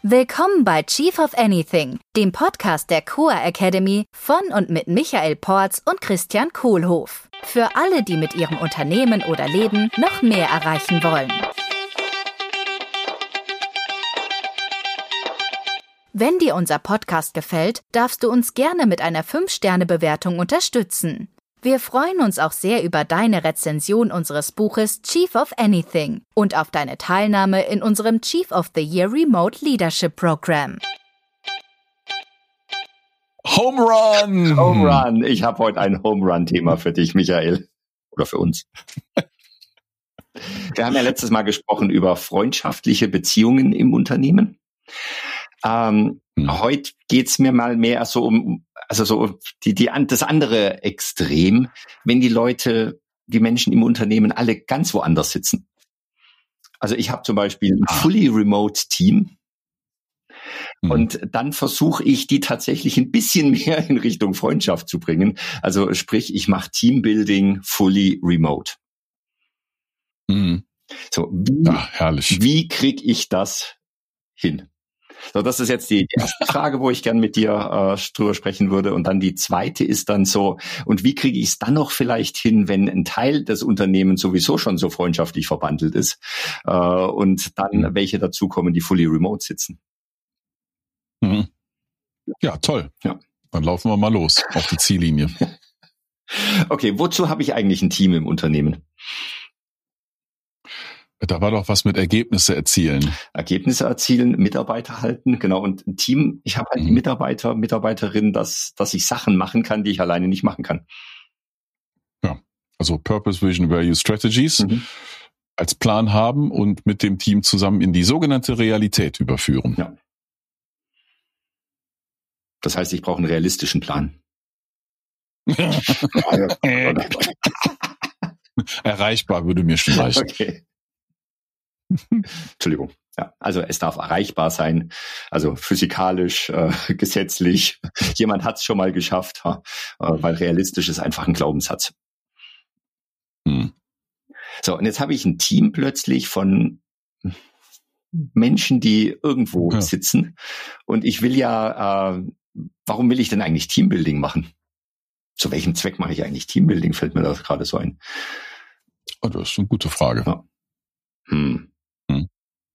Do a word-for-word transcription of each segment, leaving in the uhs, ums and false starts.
Willkommen bei Chief of Anything, dem Podcast der C O A Academy von und mit Michael Porz und Christian Kohlhoff. Für alle, die mit ihrem Unternehmen oder Leben noch mehr erreichen wollen. Wenn dir unser Podcast gefällt, darfst du uns gerne mit einer fünf Sterne Bewertung unterstützen. Wir freuen uns auch sehr über deine Rezension unseres Buches Chief of Anything und auf deine Teilnahme in unserem Chief of the Year Remote Leadership Program. Home Run! Home Run! Ich habe heute ein Home Run-Thema für dich, Michael. Oder für uns. Wir haben ja letztes Mal gesprochen über freundschaftliche Beziehungen im Unternehmen. Ähm, hm. Heute geht's mir mal mehr so um, also so die, die, das andere Extrem, wenn die Leute, die Menschen im Unternehmen alle ganz woanders sitzen. Also ich habe zum Beispiel ein fully remote Team hm. und dann versuche ich, die tatsächlich ein bisschen mehr in Richtung Freundschaft zu bringen. Also sprich, ich mache Teambuilding fully remote. Hm. So, wie, Ach, herrlich. Wie kriege ich das hin? So, das ist jetzt die erste Frage, wo ich gern mit dir äh, drüber sprechen würde. Und dann die zweite ist dann so, und wie kriege ich es dann noch vielleicht hin, wenn ein Teil des Unternehmens sowieso schon so freundschaftlich verbandelt ist äh, und dann mhm. welche dazukommen, die fully remote sitzen? Mhm. Ja, toll. Ja. Dann laufen wir mal los auf die Ziellinie. Okay, wozu habe ich eigentlich ein Team im Unternehmen? Da war doch was mit Ergebnisse erzielen. Ergebnisse erzielen, Mitarbeiter halten, genau. Und ein Team, ich habe halt mhm. die Mitarbeiter, Mitarbeiterinnen, dass, dass ich Sachen machen kann, die ich alleine nicht machen kann. Ja, also Purpose, Vision, Value, Strategies mhm. als Plan haben und mit dem Team zusammen in die sogenannte Realität überführen. Ja. Das heißt, ich brauche einen realistischen Plan. Erreichbar würde mir schon reichen. Okay. Entschuldigung. Ja, also es darf erreichbar sein, also physikalisch, äh, gesetzlich. Jemand hat es schon mal geschafft, ha? äh, weil realistisch ist einfach ein Glaubenssatz. Hm. So, und jetzt habe ich ein Team plötzlich von Menschen, die irgendwo ja. sitzen. Und ich will ja, äh, warum will ich denn eigentlich Teambuilding machen? Zu welchem Zweck mache ich eigentlich Teambuilding? Fällt mir das gerade so ein. Oh, das ist eine gute Frage. Ja. Hm. Hm.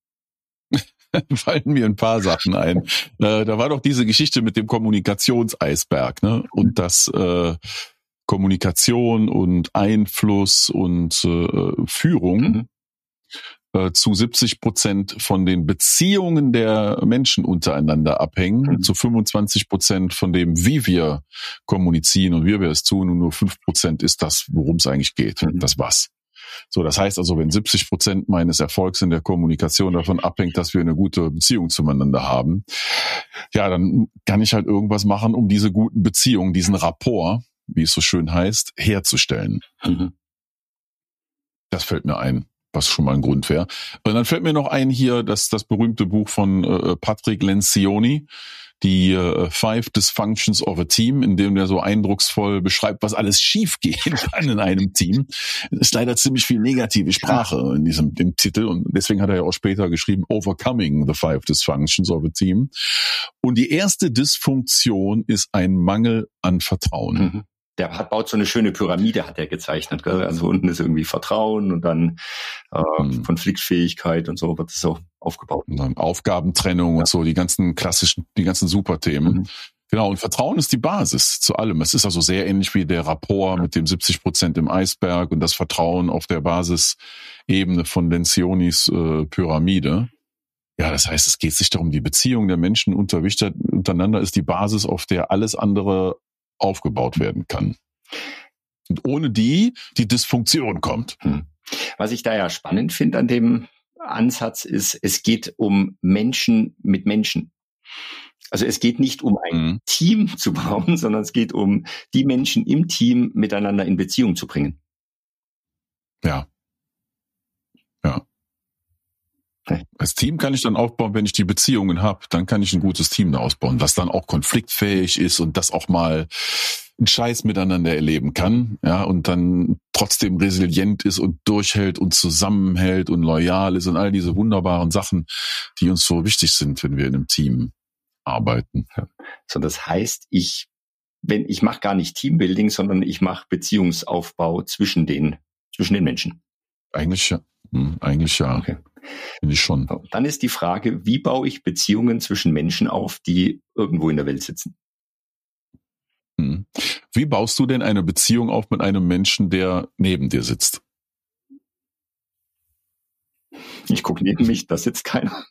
Fallen mir ein paar Sachen ein. Äh, da war doch diese Geschichte mit dem Kommunikationseisberg, ne? Und dass äh, Kommunikation und Einfluss und äh, Führung mhm. äh, zu siebzig Prozent von den Beziehungen der Menschen untereinander abhängen, mhm. zu fünfundzwanzig Prozent von dem, wie wir kommunizieren und wie wir es tun, und nur fünf Prozent ist das, worum es eigentlich geht. Mhm. Das was. So, das heißt also, wenn siebzig Prozent meines Erfolgs in der Kommunikation davon abhängt, dass wir eine gute Beziehung zueinander haben, ja, dann kann ich halt irgendwas machen, um diese guten Beziehungen, diesen Rapport, wie es so schön heißt, herzustellen. Mhm. Das fällt mir ein, was schon mal ein Grund wäre. Und dann fällt mir noch ein hier, das, das berühmte Buch von äh, Patrick Lencioni, die äh, Five Dysfunctions of a Team, in dem der so eindrucksvoll beschreibt, was alles schief gehen kann in einem Team. Es ist leider ziemlich viel negative Sprache in diesem dem Titel, und deswegen hat er ja auch später geschrieben, Overcoming the Five Dysfunctions of a Team. Und die erste Dysfunktion ist ein Mangel an Vertrauen. Mhm. Der hat, baut so eine schöne Pyramide, hat er gezeichnet. Gell? Also unten ist irgendwie Vertrauen und dann äh, mhm. Konfliktfähigkeit und so wird es so aufgebaut. Und dann Aufgabentrennung ja. und so, die ganzen klassischen, die ganzen Superthemen. Mhm. Genau, und Vertrauen ist die Basis zu allem. Es ist also sehr ähnlich wie der Rapport mit dem siebzig Prozent im Eisberg und das Vertrauen auf der Basisebene von Lencioni's äh, Pyramide. Ja, das heißt, es geht sich darum, die Beziehung der Menschen untereinander ist die Basis, auf der alles andere aufgebaut werden kann. Und ohne die die Dysfunktion kommt. Hm. Was ich da ja spannend finde an dem Ansatz ist, es geht um Menschen mit Menschen. Also es geht nicht um ein mhm. Team zu bauen, sondern es geht um die Menschen im Team miteinander in Beziehung zu bringen. Ja. Ja. Als Team kann ich dann aufbauen, wenn ich die Beziehungen habe, dann kann ich ein gutes Team da ausbauen, was dann auch konfliktfähig ist und das auch mal einen Scheiß miteinander erleben kann, ja, und dann trotzdem resilient ist und durchhält und zusammenhält und loyal ist und all diese wunderbaren Sachen, die uns so wichtig sind, wenn wir in einem Team arbeiten. So, das heißt, ich, wenn ich mache gar nicht Teambuilding, sondern ich mache Beziehungsaufbau zwischen den zwischen den Menschen. Eigentlich ja, hm, eigentlich ja. Okay. Finde ich schon. Dann ist die Frage, wie baue ich Beziehungen zwischen Menschen auf, die irgendwo in der Welt sitzen? Hm. Wie baust du denn eine Beziehung auf mit einem Menschen, der neben dir sitzt? Ich gucke neben mich, da sitzt keiner.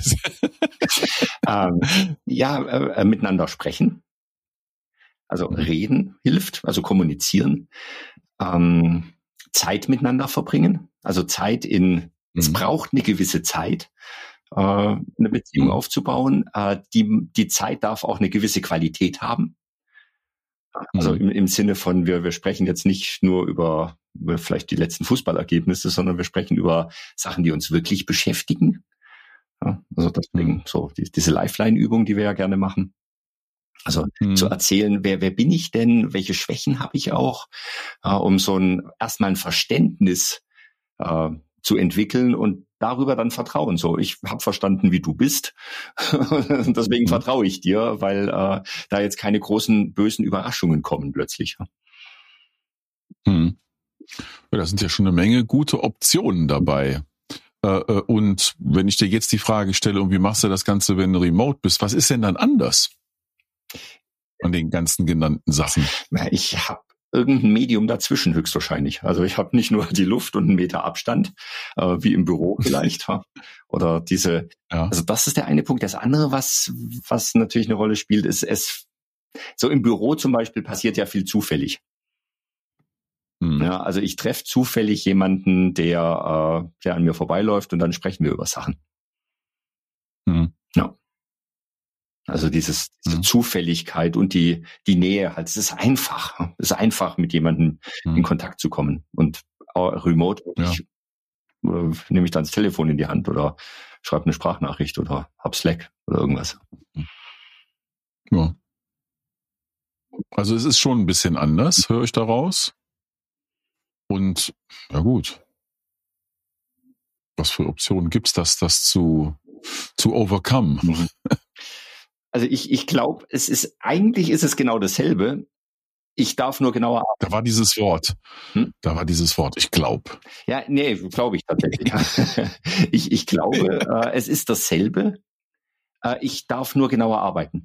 ähm, ja, äh, miteinander sprechen. Also reden hilft, also kommunizieren. Ähm, Zeit miteinander verbringen. Also Zeit in Es mhm. braucht eine gewisse Zeit, äh, eine Beziehung mhm. aufzubauen. Äh, die, die Zeit darf auch eine gewisse Qualität haben. Also mhm. im, im Sinne von, wir, wir sprechen jetzt nicht nur über, über vielleicht die letzten Fußballergebnisse, sondern wir sprechen über Sachen, die uns wirklich beschäftigen. Ja, also deswegen mhm. so die, diese Lifeline-Übung, die wir ja gerne machen. Also mhm. zu erzählen, wer wer bin ich denn, welche Schwächen habe ich auch, äh, um so ein erstmal ein Verständnis äh, zu entwickeln und darüber dann Vertrauen. So, ich habe verstanden, wie du bist. Deswegen mhm. vertraue ich dir, weil äh, da jetzt keine großen bösen Überraschungen kommen plötzlich. Mhm. Ja, da sind ja schon eine Menge gute Optionen dabei. Äh, und wenn ich dir jetzt die Frage stelle, und wie machst du das Ganze, wenn du remote bist, was ist denn dann anders an den ganzen genannten Sachen? Ich habe irgendein Medium dazwischen höchstwahrscheinlich. Also ich habe nicht nur die Luft und einen Meter Abstand, äh, wie im Büro vielleicht. Oder diese, ja. Also das ist der eine Punkt. Das andere, was was natürlich eine Rolle spielt, ist es, so im Büro zum Beispiel passiert ja viel zufällig. Mhm. Ja, also ich treffe zufällig jemanden, der, äh, der an mir vorbeiläuft und dann sprechen wir über Sachen. Mhm. Ja. Also dieses, diese mhm. Zufälligkeit und die die Nähe, halt, es ist einfach, es ist einfach, mit jemandem mhm. in Kontakt zu kommen. Und auch remote, ja. ich, äh, nehme ich dann das Telefon in die Hand oder schreibe eine Sprachnachricht oder hab Slack oder irgendwas. Ja. Also es ist schon ein bisschen anders, höre ich daraus. Und ja gut, was für Optionen gibt's das, das zu zu overcome? Mhm. Also ich, ich glaube, es ist, eigentlich ist es genau dasselbe. Ich darf nur genauer arbeiten. Da war dieses Wort. Hm? Da war dieses Wort, ich glaube. Ja, nee, glaube ich tatsächlich. ich, ich glaube, äh, es ist dasselbe. Äh, ich darf nur genauer arbeiten.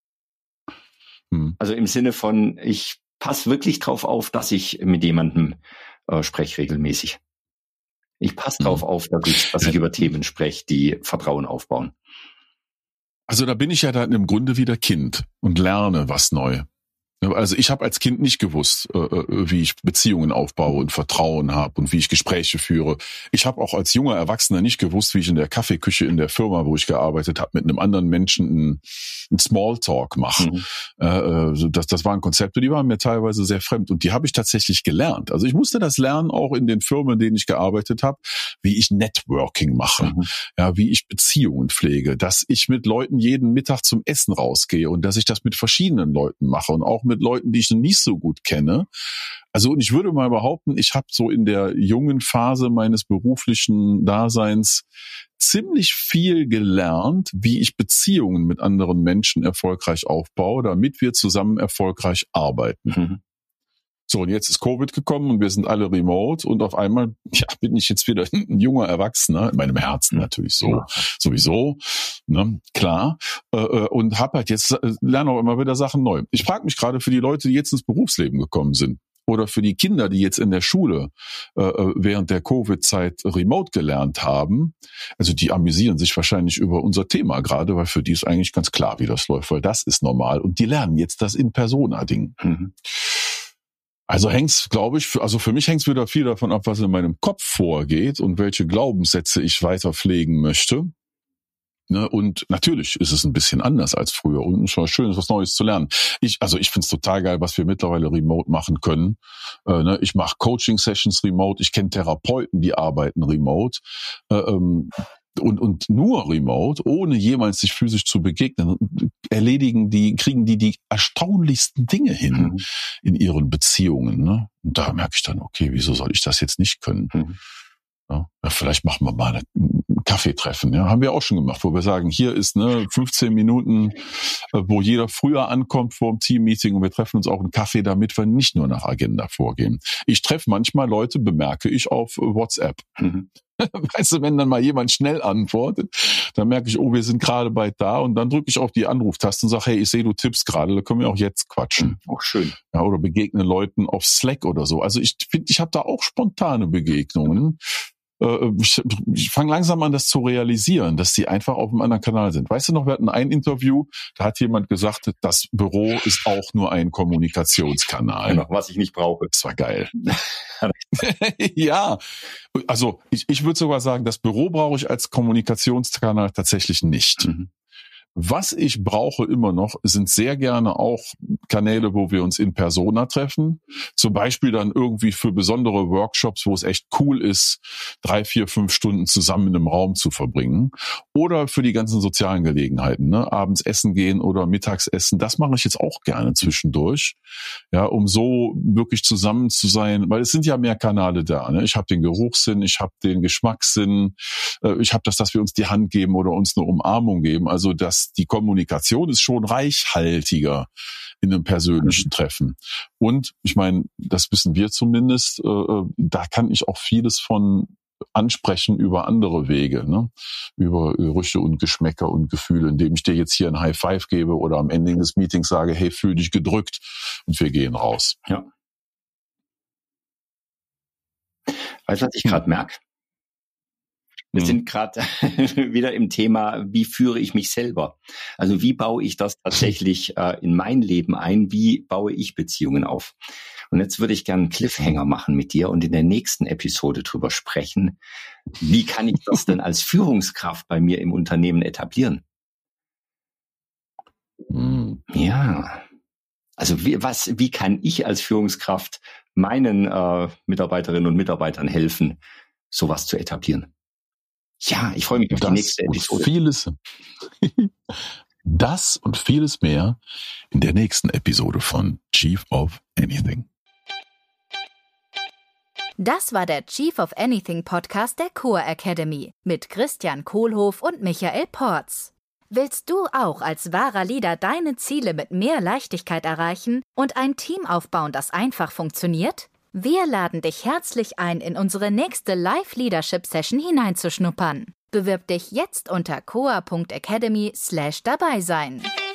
Hm. Also im Sinne von, ich passe wirklich drauf auf, dass ich mit jemandem äh, spreche regelmäßig. Ich passe drauf hm. auf, dass ich, dass ich über Themen spreche, die Vertrauen aufbauen. Also da bin ich ja dann im Grunde wieder Kind und lerne was neu. Also ich habe als Kind nicht gewusst, äh, wie ich Beziehungen aufbaue und Vertrauen habe und wie ich Gespräche führe. Ich habe auch als junger Erwachsener nicht gewusst, wie ich in der Kaffeeküche in der Firma, wo ich gearbeitet habe, mit einem anderen Menschen einen, einen Smalltalk mache. Mhm. Äh, das, das waren Konzepte, die waren mir teilweise sehr fremd und die habe ich tatsächlich gelernt. Also ich musste das lernen, auch in den Firmen, in denen ich gearbeitet habe, wie ich Networking mache, mhm. ja, wie ich Beziehungen pflege, dass ich mit Leuten jeden Mittag zum Essen rausgehe und dass ich das mit verschiedenen Leuten mache und auch mit Leuten, die ich nicht so gut kenne. Also und ich würde mal behaupten, ich habe so in der jungen Phase meines beruflichen Daseins ziemlich viel gelernt, wie ich Beziehungen mit anderen Menschen erfolgreich aufbaue, damit wir zusammen erfolgreich arbeiten. Mhm. So, und jetzt ist Covid gekommen und wir sind alle remote und auf einmal ja, bin ich jetzt wieder ein junger Erwachsener, in meinem Herzen natürlich so, ja. sowieso, ne, klar, äh, und habe halt jetzt, lerne auch immer wieder Sachen neu. Ich frage mich gerade für die Leute, die jetzt ins Berufsleben gekommen sind oder für die Kinder, die jetzt in der Schule äh, während der Covid-Zeit remote gelernt haben, also die amüsieren sich wahrscheinlich über unser Thema gerade, weil für die ist eigentlich ganz klar, wie das läuft, weil das ist normal und die lernen jetzt das In-Persona-Ding. Mhm. Also hängt's, glaube ich, für, also für mich hängt's wieder viel davon ab, was in meinem Kopf vorgeht und welche Glaubenssätze ich weiter pflegen möchte. Ne, und natürlich ist es ein bisschen anders als früher und es war schön, was Neues zu lernen. Ich, also ich find's total geil, was wir mittlerweile remote machen können. Äh, ne, ich mache Coaching-Sessions remote, ich kenne Therapeuten, die arbeiten remote. Äh, ähm, und, und nur remote, ohne jemals sich physisch zu begegnen, erledigen die, kriegen die die erstaunlichsten Dinge hin mhm. in ihren Beziehungen. Ne? Und da merke ich dann, okay, wieso soll ich das jetzt nicht können? Mhm. Ja, vielleicht machen wir mal ein Kaffeetreffen. Ja, haben wir auch schon gemacht, wo wir sagen, hier ist ne fünfzehn Minuten, wo jeder früher ankommt vor dem Teammeeting und wir treffen uns auch einen Kaffee, damit wir nicht nur nach Agenda vorgehen. Ich treffe manchmal Leute, bemerke ich, auf WhatsApp. Mhm. Weißt du, wenn dann mal jemand schnell antwortet, dann merke ich, oh, wir sind gerade bald da und dann drücke ich auf die Anruftaste und sage, hey, ich sehe, du tippst gerade, da können wir auch jetzt quatschen. Auch schön. Ja, oder begegne Leuten auf Slack oder so. Also ich finde, ich habe da auch spontane Begegnungen. Ich, ich fange langsam an, das zu realisieren, dass die einfach auf einem anderen Kanal sind. Weißt du noch, wir hatten ein Interview, da hat jemand gesagt, das Büro ist auch nur ein Kommunikationskanal. Genau, was ich nicht brauche. Das war geil. Ja, also ich, ich würde sogar sagen, das Büro brauche ich als Kommunikationskanal tatsächlich nicht. Mhm. Was ich brauche immer noch, sind sehr gerne auch Kanäle, wo wir uns in Persona treffen. Zum Beispiel dann irgendwie für besondere Workshops, wo es echt cool ist, drei, vier, fünf Stunden zusammen in einem Raum zu verbringen. Oder für die ganzen sozialen Gelegenheiten, ne? Abends essen gehen oder mittags essen. Das mache ich jetzt auch gerne zwischendurch. Ja, um so wirklich zusammen zu sein, weil es sind ja mehr Kanäle da. Ne? Ich habe den Geruchssinn, ich habe den Geschmackssinn, äh, ich habe das, dass wir uns die Hand geben oder uns eine Umarmung geben. Also das die Kommunikation ist schon reichhaltiger in einem persönlichen Treffen. Und ich meine, das wissen wir zumindest, äh, da kann ich auch vieles von ansprechen über andere Wege, ne? Über Gerüche und Geschmäcker und Gefühle, indem ich dir jetzt hier ein High Five gebe oder am Ende des Meetings sage, hey, fühl dich gedrückt und wir gehen raus. Ja. Weißt du, was ich gerade hm. merke? Wir mhm. sind gerade wieder im Thema, wie führe ich mich selber? Also wie baue ich das tatsächlich äh, in mein Leben ein? Wie baue ich Beziehungen auf? Und jetzt würde ich gerne einen Cliffhanger machen mit dir und in der nächsten Episode drüber sprechen, wie kann ich das denn als Führungskraft bei mir im Unternehmen etablieren? Mhm. Ja, also wie, was, wie kann ich als Führungskraft meinen äh, Mitarbeiterinnen und Mitarbeitern helfen, sowas zu etablieren? Ja, ich freue mich auf das die nächste Episode. Und vieles, das und vieles mehr in der nächsten Episode von Chief of Anything. Das war der Chief of Anything Podcast der Core Academy mit Christian Kohlhoff und Michael Porz. Willst du auch als wahrer Leader deine Ziele mit mehr Leichtigkeit erreichen und ein Team aufbauen, das einfach funktioniert? Wir laden dich herzlich ein, in unsere nächste Live-Leadership-Session hineinzuschnuppern. Bewirb dich jetzt unter coa punkt academy slash dabei sein.